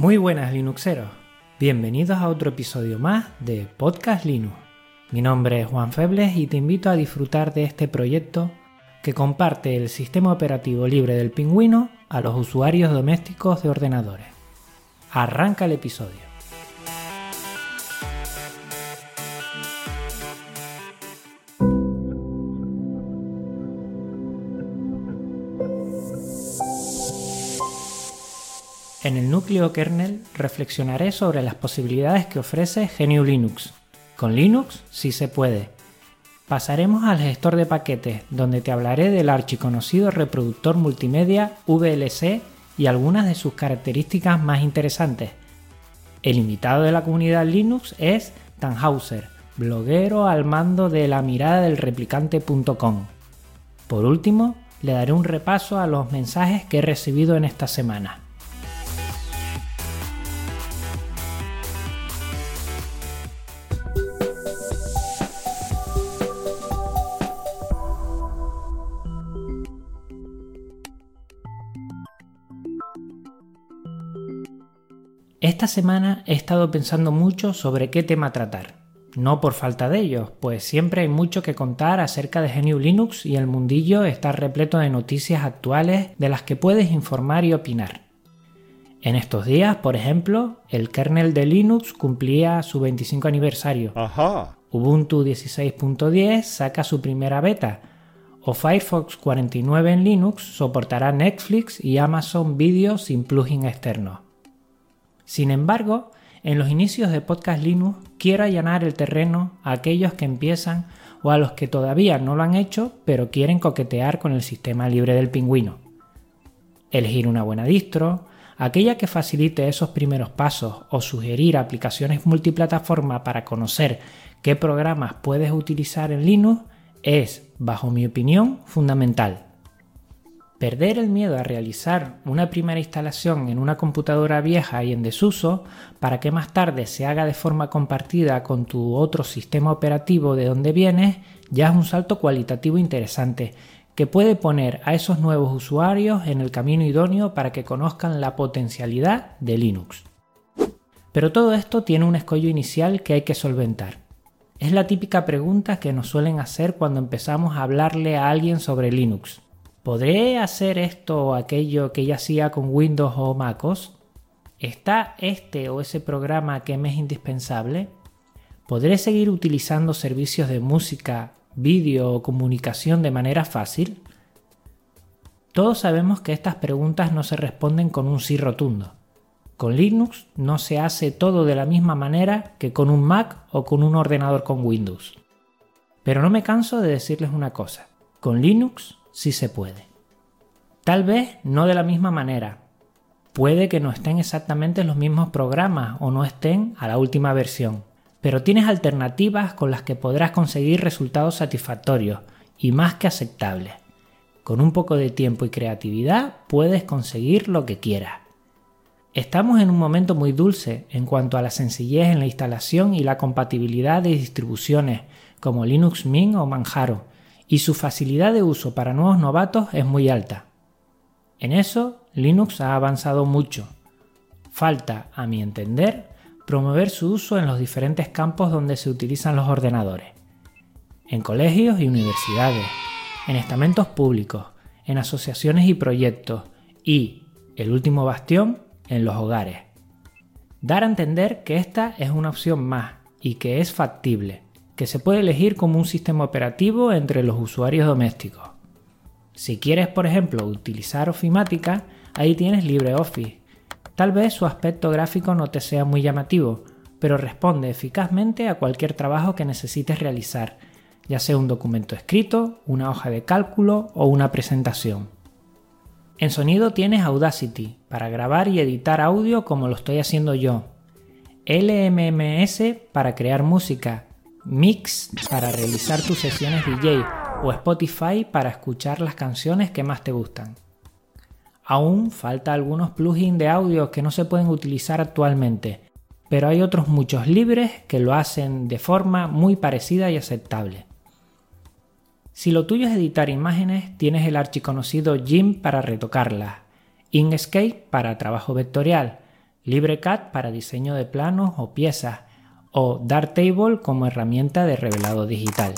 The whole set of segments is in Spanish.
Muy buenas Linuxeros, bienvenidos a otro episodio más de Podcast Linux. Mi nombre es Juan Febles y te invito a disfrutar de este proyecto que comparte el sistema operativo libre del Pingüino a los usuarios domésticos de ordenadores. Arranca el episodio. En el núcleo kernel reflexionaré sobre las posibilidades que ofrece GNU Linux. Con Linux sí se puede. Pasaremos al gestor de paquetes, donde te hablaré del archiconocido reproductor multimedia VLC y algunas de sus características más interesantes. El invitado de la comunidad Linux es Tannhäuser, bloguero al mando de la mirada del replicante.com. Por último, le daré un repaso a los mensajes que he recibido en esta semana. Esta semana he estado pensando mucho sobre qué tema tratar. No por falta de ellos, pues siempre hay mucho que contar acerca de GNU Linux y el mundillo está repleto de noticias actuales de las que puedes informar y opinar. En estos días, por ejemplo, el kernel de Linux cumplía su 25 aniversario. Ajá. Ubuntu 16.10 saca su primera beta, o Firefox 49 en Linux soportará Netflix y Amazon Video sin plugin externo. Sin embargo, en los inicios de Podcast Linux quiero allanar el terreno a aquellos que empiezan o a los que todavía no lo han hecho pero quieren coquetear con el sistema libre del Pingüino. Elegir una buena distro, aquella que facilite esos primeros pasos o sugerir aplicaciones multiplataforma para conocer qué programas puedes utilizar en Linux es, bajo mi opinión, fundamental. Perder el miedo a realizar una primera instalación en una computadora vieja y en desuso para que más tarde se haga de forma compartida con tu otro sistema operativo de donde vienes ya es un salto cualitativo interesante que puede poner a esos nuevos usuarios en el camino idóneo para que conozcan la potencialidad de Linux. Pero todo esto tiene un escollo inicial que hay que solventar. Es la típica pregunta que nos suelen hacer cuando empezamos a hablarle a alguien sobre Linux. ¿Podré hacer esto o aquello que ya hacía con Windows o MacOS? ¿Está este o ese programa que me es indispensable? ¿Podré seguir utilizando servicios de música, vídeo o comunicación de manera fácil? Todos sabemos que estas preguntas no se responden con un sí rotundo. Con Linux no se hace todo de la misma manera que con un Mac o con un ordenador con Windows. Pero no me canso de decirles una cosa. Con Linux sí se puede. Tal vez no de la misma manera. Puede que no estén exactamente los mismos programas o no estén a la última versión. Pero tienes alternativas con las que podrás conseguir resultados satisfactorios y más que aceptables. Con un poco de tiempo y creatividad puedes conseguir lo que quieras. Estamos en un momento muy dulce en cuanto a la sencillez en la instalación y la compatibilidad de distribuciones como Linux Mint o Manjaro, y su facilidad de uso para nuevos novatos es muy alta. En eso, Linux ha avanzado mucho. Falta, a mi entender, promover su uso en los diferentes campos donde se utilizan los ordenadores. En colegios y universidades, en estamentos públicos, en asociaciones y proyectos y, el último bastión, en los hogares. Dar a entender que esta es una opción más y que es factible, que se puede elegir como un sistema operativo entre los usuarios domésticos. Si quieres, por ejemplo, utilizar ofimática, ahí tienes LibreOffice. Tal vez su aspecto gráfico no te sea muy llamativo, pero responde eficazmente a cualquier trabajo que necesites realizar, ya sea un documento escrito, una hoja de cálculo o una presentación. En sonido tienes Audacity, para grabar y editar audio como lo estoy haciendo yo, LMMS para crear música, Mix para realizar tus sesiones DJ o Spotify para escuchar las canciones que más te gustan. Aún falta algunos plugins de audio que no se pueden utilizar actualmente, pero hay otros muchos libres que lo hacen de forma muy parecida y aceptable. Si lo tuyo es editar imágenes, tienes el archiconocido GIMP para retocarlas, Inkscape para trabajo vectorial, LibreCAD para diseño de planos o piezas, o Darktable como herramienta de revelado digital.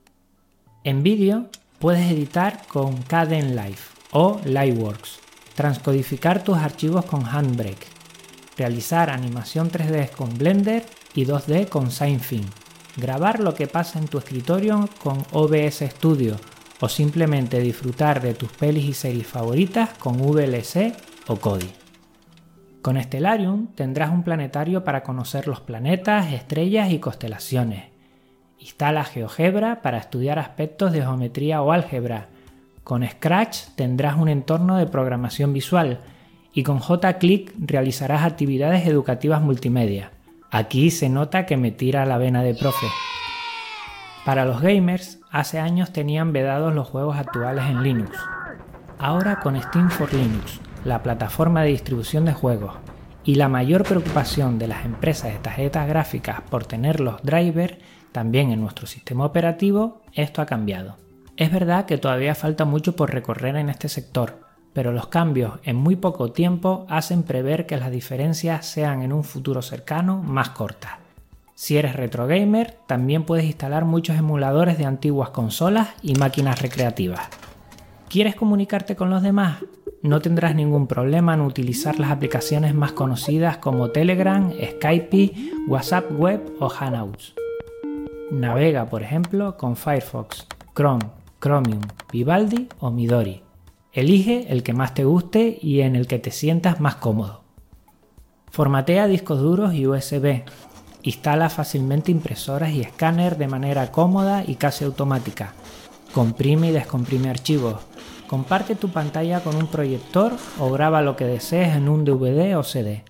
En vídeo puedes editar con Kdenlive o Lightworks, transcodificar tus archivos con Handbrake, realizar animación 3D con Blender y 2D con SignFin, grabar lo que pasa en tu escritorio con OBS Studio o simplemente disfrutar de tus pelis y series favoritas con VLC o Kodi. Con Stellarium tendrás un planetario para conocer los planetas, estrellas y constelaciones. Instala GeoGebra para estudiar aspectos de geometría o álgebra. Con Scratch tendrás un entorno de programación visual y con JClick realizarás actividades educativas multimedia. Aquí se nota que me tira la vena de profe. Para los gamers, hace años tenían vedados los juegos actuales en Linux. Ahora con Steam for Linux, la plataforma de distribución de juegos, y la mayor preocupación de las empresas de tarjetas gráficas por tener los drivers también en nuestro sistema operativo, esto ha cambiado. Es verdad que todavía falta mucho por recorrer en este sector, pero los cambios en muy poco tiempo hacen prever que las diferencias sean en un futuro cercano más cortas. Si eres retro gamer, también puedes instalar muchos emuladores de antiguas consolas y máquinas recreativas. ¿Quieres comunicarte con los demás? No tendrás ningún problema en utilizar las aplicaciones más conocidas como Telegram, Skype, WhatsApp Web o Hangouts. Navega, por ejemplo, con Firefox, Chrome, Chromium, Vivaldi o Midori. Elige el que más te guste y en el que te sientas más cómodo. Formatea discos duros y USB. Instala fácilmente impresoras y escáner de manera cómoda y casi automática. Comprime y descomprime archivos. Comparte tu pantalla con un proyector o graba lo que desees en un DVD o CD.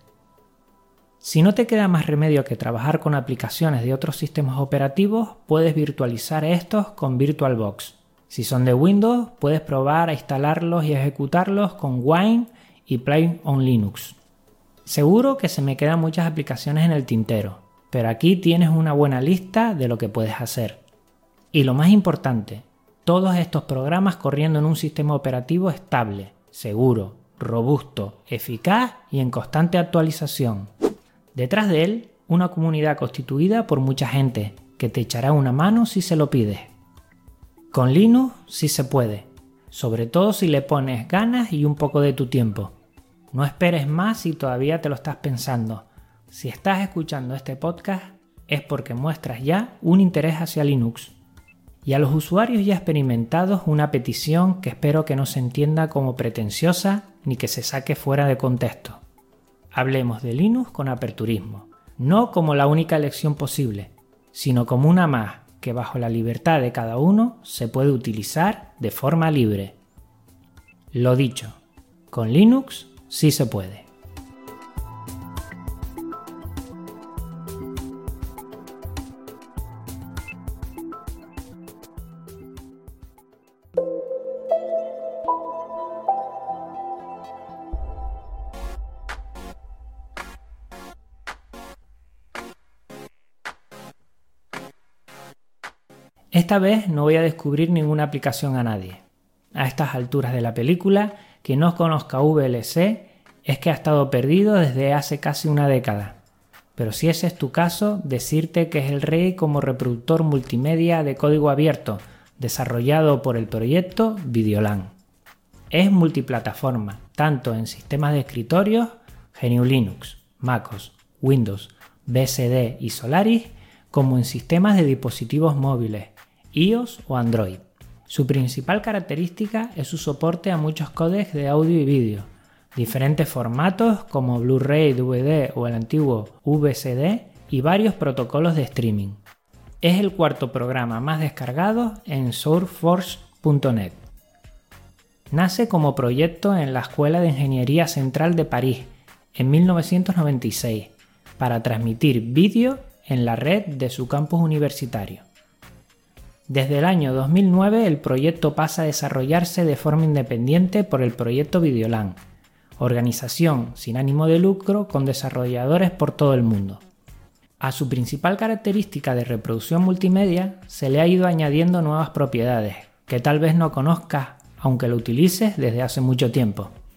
Si no te queda más remedio que trabajar con aplicaciones de otros sistemas operativos, puedes virtualizar estos con VirtualBox. Si son de Windows, puedes probar a instalarlos y ejecutarlos con Wine y Play on Linux. Seguro que se me quedan muchas aplicaciones en el tintero, pero aquí tienes una buena lista de lo que puedes hacer. Y lo más importante, todos estos programas corriendo en un sistema operativo estable, seguro, robusto, eficaz y en constante actualización. Detrás de él, una comunidad constituida por mucha gente que te echará una mano si se lo pides. Con Linux sí se puede, sobre todo si le pones ganas y un poco de tu tiempo. No esperes más si todavía te lo estás pensando. Si estás escuchando este podcast es porque muestras ya un interés hacia Linux. Y a los usuarios ya experimentados una petición que espero que no se entienda como pretenciosa ni que se saque fuera de contexto. Hablemos de Linux con aperturismo, no como la única elección posible, sino como una más que bajo la libertad de cada uno se puede utilizar de forma libre. Lo dicho, con Linux sí se puede. Esta vez no voy a descubrir ninguna aplicación a nadie. A estas alturas de la película, quien no conozca VLC es que ha estado perdido desde hace casi una década. Pero si ese es tu caso, decirte que es el rey como reproductor multimedia de código abierto, desarrollado por el proyecto Videolan. Es multiplataforma, tanto en sistemas de escritorio, GNU Linux, MacOS, Windows, BSD y Solaris, como en sistemas de dispositivos móviles, iOS o Android. Su principal característica es su soporte a muchos códecs de audio y vídeo, diferentes formatos como Blu-ray, DVD o el antiguo VCD y varios protocolos de streaming. Es el cuarto programa más descargado en SourceForge.net. Nace como proyecto en la Escuela de Ingeniería Central de París en 1996 para transmitir vídeo en la red de su campus universitario. Desde el año 2009 el proyecto pasa a desarrollarse de forma independiente por el proyecto Videolan, organización sin ánimo de lucro con desarrolladores por todo el mundo. A su principal característica de reproducción multimedia se le ha ido añadiendo nuevas propiedades que tal vez no conozcas aunque lo utilices desde hace mucho tiempo.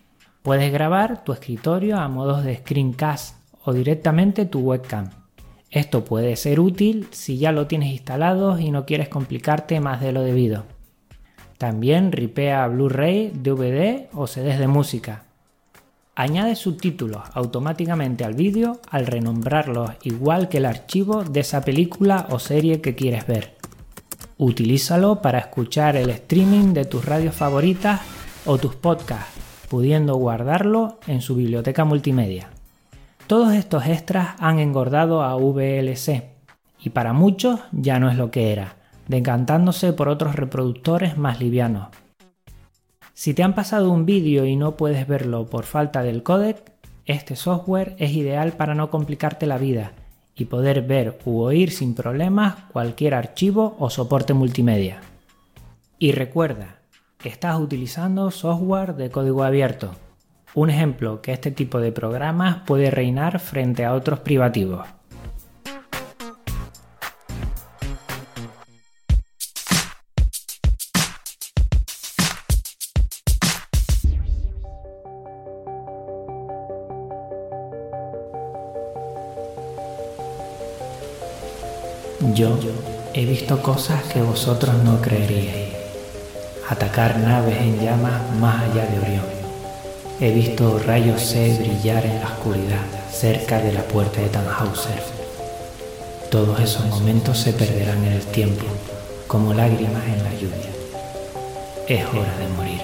Puedes grabar tu escritorio a modos de screencast o directamente tu webcam. Esto puede ser útil si ya lo tienes instalado y no quieres complicarte más de lo debido. También ripea Blu-ray, DVD o CDs de música. Añade subtítulos automáticamente al vídeo al renombrarlos igual que el archivo de esa película o serie que quieres ver. Utilízalo para escuchar el streaming de tus radios favoritas o tus podcasts, pudiendo guardarlo en su biblioteca multimedia. Todos estos extras han engordado a VLC y para muchos ya no es lo que era, decantándose por otros reproductores más livianos. Si te han pasado un vídeo y no puedes verlo por falta del códec, este software es ideal para no complicarte la vida y poder ver u oír sin problemas cualquier archivo o soporte multimedia. Y recuerda, estás utilizando software de código abierto, un ejemplo que este tipo de programas puede reinar frente a otros privativos. Yo he visto cosas que vosotros no creeríais. Atacar naves en llamas más allá de Orión. He visto rayos C brillar en la oscuridad cerca de la puerta de Tannhäuser. Todos esos momentos se perderán en el tiempo, como lágrimas en la lluvia. Es hora de morir.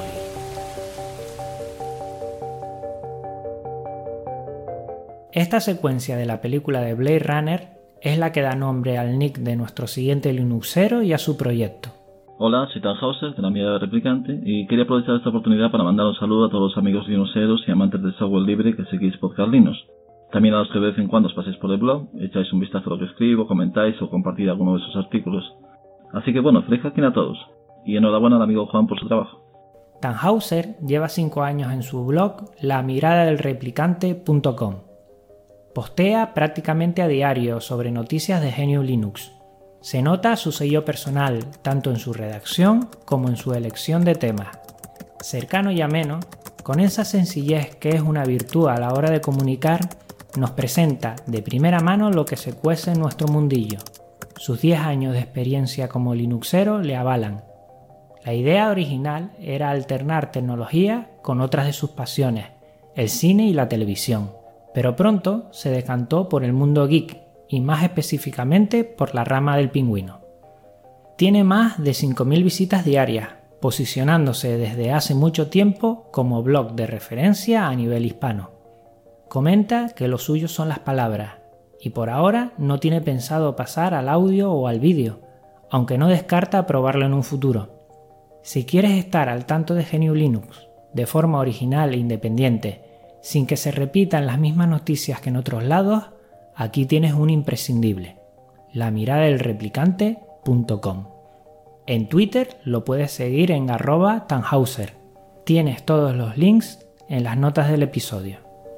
Esta secuencia de la película de Blade Runner es la que da nombre al nick de nuestro siguiente Linuxero y a su proyecto. Hola, soy Tannhäuser, de la Mirada Replicante, y quería aprovechar esta oportunidad para mandar un saludo a todos los amigos linuxeros y amantes del software libre que seguís Podcast Linux. También a los que de vez en cuando os paséis por el blog, echáis un vistazo a lo que escribo, comentáis o compartid alguno de sus artículos. Así que bueno, feliz hacking a todos, y enhorabuena al amigo Juan por su trabajo. Tannhäuser lleva 5 años en su blog lamiradadelreplicante.com. Postea prácticamente a diario sobre noticias de GNU Linux. Se nota su sello personal, tanto en su redacción como en su elección de temas. Cercano y ameno, con esa sencillez que es una virtud a la hora de comunicar, nos presenta de primera mano lo que se cuece en nuestro mundillo. Sus 10 años de experiencia como linuxero le avalan. La idea original era alternar tecnología con otras de sus pasiones, el cine y la televisión. Pero pronto se decantó por el mundo geek y más específicamente por la rama del pingüino. Tiene más de 5.000 visitas diarias, posicionándose desde hace mucho tiempo como blog de referencia a nivel hispano. Comenta que lo suyo son las palabras y por ahora no tiene pensado pasar al audio o al vídeo, aunque no descarta probarlo en un futuro. Si quieres estar al tanto de GNU Linux de forma original e independiente, sin que se repitan las mismas noticias que en otros lados, aquí tienes un imprescindible, lamiradadelreplicante.com. En Twitter lo puedes seguir en @Tannhäuser. Tienes todos los links en las notas del episodio.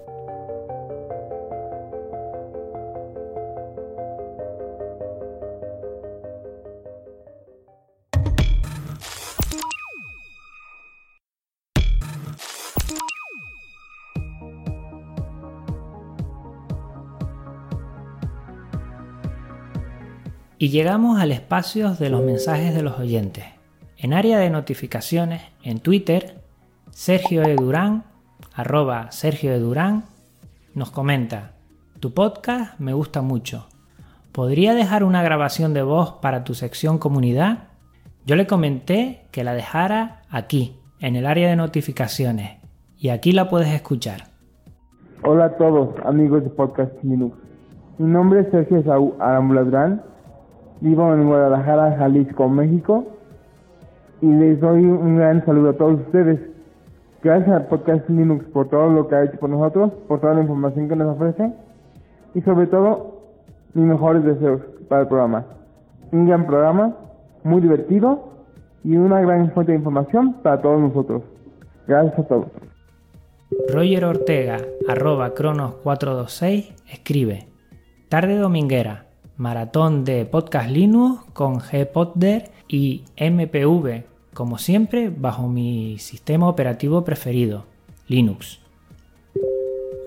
Y llegamos al espacio de los mensajes de los oyentes. En área de notificaciones, en Twitter, Sergio E. Durán, @Sergio E. Durán, nos comenta: tu podcast me gusta mucho. ¿Podría dejar una grabación de voz para tu sección comunidad? Yo le comenté que la dejara aquí, en el área de notificaciones, y aquí la puedes escuchar. Hola a todos, amigos de Podcast Linux. Mi nombre es Sergio Saúl Arámbula Durán. Vivo en Guadalajara, Jalisco, México, y les doy un gran saludo a todos ustedes. Gracias al Podcast Linux por todo lo que ha hecho por nosotros, por toda la información que nos ofrece, y sobre todo, mis mejores deseos para el programa. Un gran programa, muy divertido, y una gran fuente de información para todos nosotros. Gracias a todos. Roger Ortega, @Cronos426, escribe: tarde dominguera, maratón de Podcast Linux con Gpodder y MPV, como siempre, bajo mi sistema operativo preferido, Linux.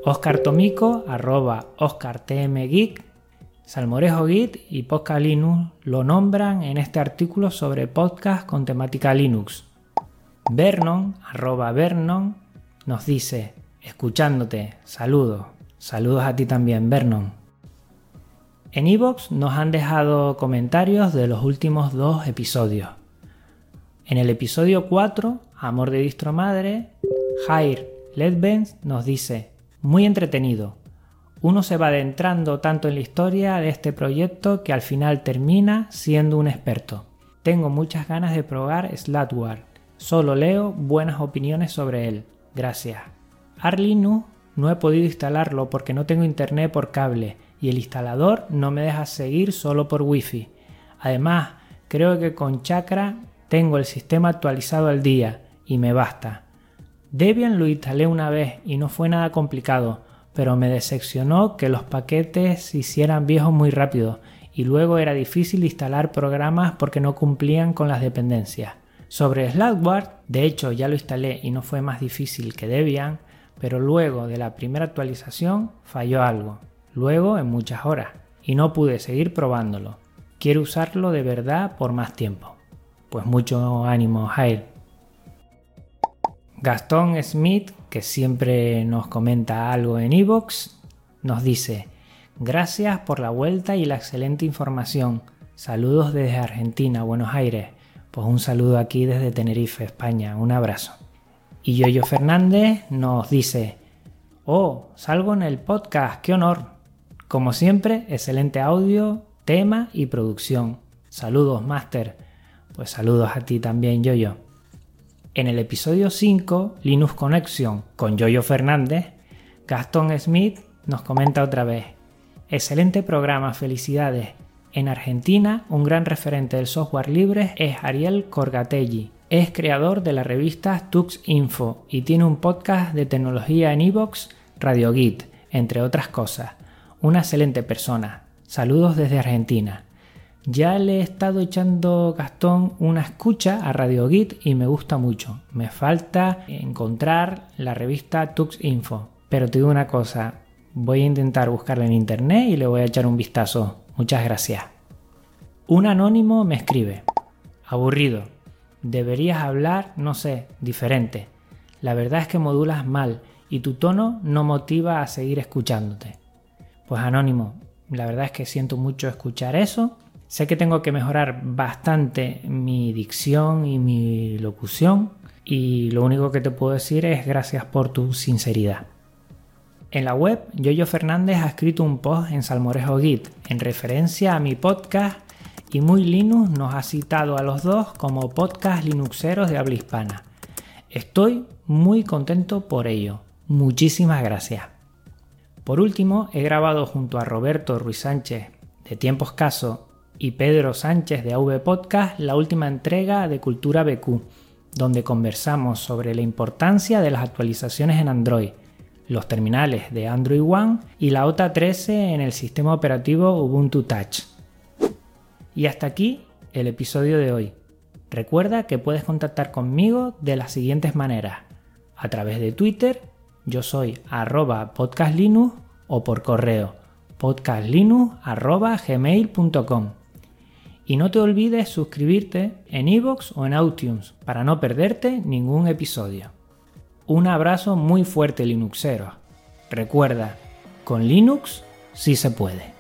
Óscar Tomico, @OscarTMGeek, Salmorejo Git y Podcast Linux lo nombran en este artículo sobre podcast con temática Linux. Vernon, @Vernon, nos dice: escuchándote, saludos. Saludos a ti también, Vernon. En iVoox nos han dejado comentarios de los últimos 2 episodios. En el episodio 4, Amor de Distro Madre, Jair Ledbens nos dice: muy entretenido. Uno se va adentrando tanto en la historia de este proyecto que al final termina siendo un experto. Tengo muchas ganas de probar Slackware. Solo leo buenas opiniones sobre él. Gracias. Arch-Linux no he podido instalarlo porque no tengo internet por cable y el instalador no me deja seguir solo por Wi-Fi. Además, creo que con Chakra tengo el sistema actualizado al día y me basta. Debian lo instalé una vez y no fue nada complicado, pero me decepcionó que los paquetes se hicieran viejos muy rápido y luego era difícil instalar programas porque no cumplían con las dependencias. Sobre Slackware, de hecho ya lo instalé y no fue más difícil que Debian, pero luego de la primera actualización falló algo, luego en muchas horas, y no pude seguir probándolo. Quiero usarlo de verdad por más tiempo. Pues mucho ánimo, Jair. Gastón Smith, que siempre nos comenta algo en iVoox, nos dice: gracias por la vuelta y la excelente información. Saludos desde Argentina, Buenos Aires. Pues un saludo aquí desde Tenerife, España. Un abrazo. Y Yoyo Fernández nos dice: oh, salgo en el podcast, qué honor. Como siempre, excelente audio, tema y producción. Saludos, Master. Pues saludos a ti también, Yoyo. En el episodio 5, Linux Connection, con Yoyo Fernández, Gastón Smith nos comenta otra vez: excelente programa, felicidades. En Argentina, un gran referente del software libre es Ariel Corgatelli. Es creador de la revista Tux Info y tiene un podcast de tecnología en iVoox, Radio Git, entre otras cosas. Una excelente persona. Saludos desde Argentina. Ya le he estado echando, Gastón, una escucha a Radio Git y me gusta mucho. Me falta encontrar la revista Tux Info. Pero te digo una cosa, voy a intentar buscarla en internet y le voy a echar un vistazo. Muchas gracias. Un anónimo me escribe: aburrido. Deberías hablar, no sé, diferente. La verdad es que modulas mal y tu tono no motiva a seguir escuchándote. Pues anónimo, la verdad es que siento mucho escuchar eso. Sé que tengo que mejorar bastante mi dicción y mi locución y lo único que te puedo decir es gracias por tu sinceridad. En la web, Yoyo Fernández ha escrito un post en Salmorejo Git en referencia a mi podcast y Muy Linux nos ha citado a los dos como podcast linuxeros de habla hispana. Estoy muy contento por ello. Muchísimas gracias. Por último, he grabado junto a Roberto Ruiz Sánchez de Tiempo Escaso y Pedro Sánchez de AV Podcast la última entrega de Cultura BQ, donde conversamos sobre la importancia de las actualizaciones en Android, los terminales de Android One y la OTA 13 en el sistema operativo Ubuntu Touch. Y hasta aquí el episodio de hoy. Recuerda que puedes contactar conmigo de las siguientes maneras: a través de Twitter, yo soy @podcastlinux, o por correo podcastlinux@gmail.com. Y no te olvides suscribirte en iVoox o en iTunes para no perderte ningún episodio. Un abrazo muy fuerte, Linuxeros. Recuerda, con Linux sí se puede.